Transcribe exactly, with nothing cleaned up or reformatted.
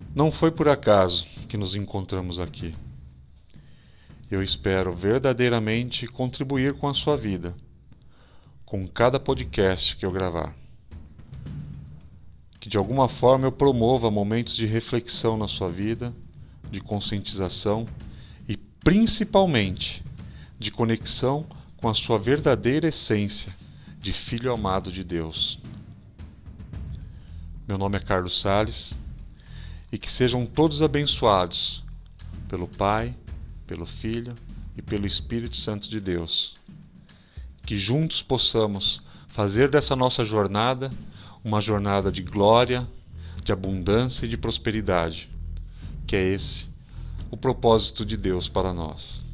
Não foi por acaso que nos encontramos aqui. Eu espero verdadeiramente contribuir com a sua vida, com cada podcast que eu gravar. Que de alguma forma eu promova momentos de reflexão na sua vida, de conscientização e principalmente de conexão com a sua verdadeira essência de filho amado de Deus. Meu nome é Carlos Salles e que sejam todos abençoados pelo Pai, pelo Filho e pelo Espírito Santo de Deus. Que juntos possamos fazer dessa nossa jornada uma jornada de glória, de abundância e de prosperidade, que é esse o propósito de Deus para nós.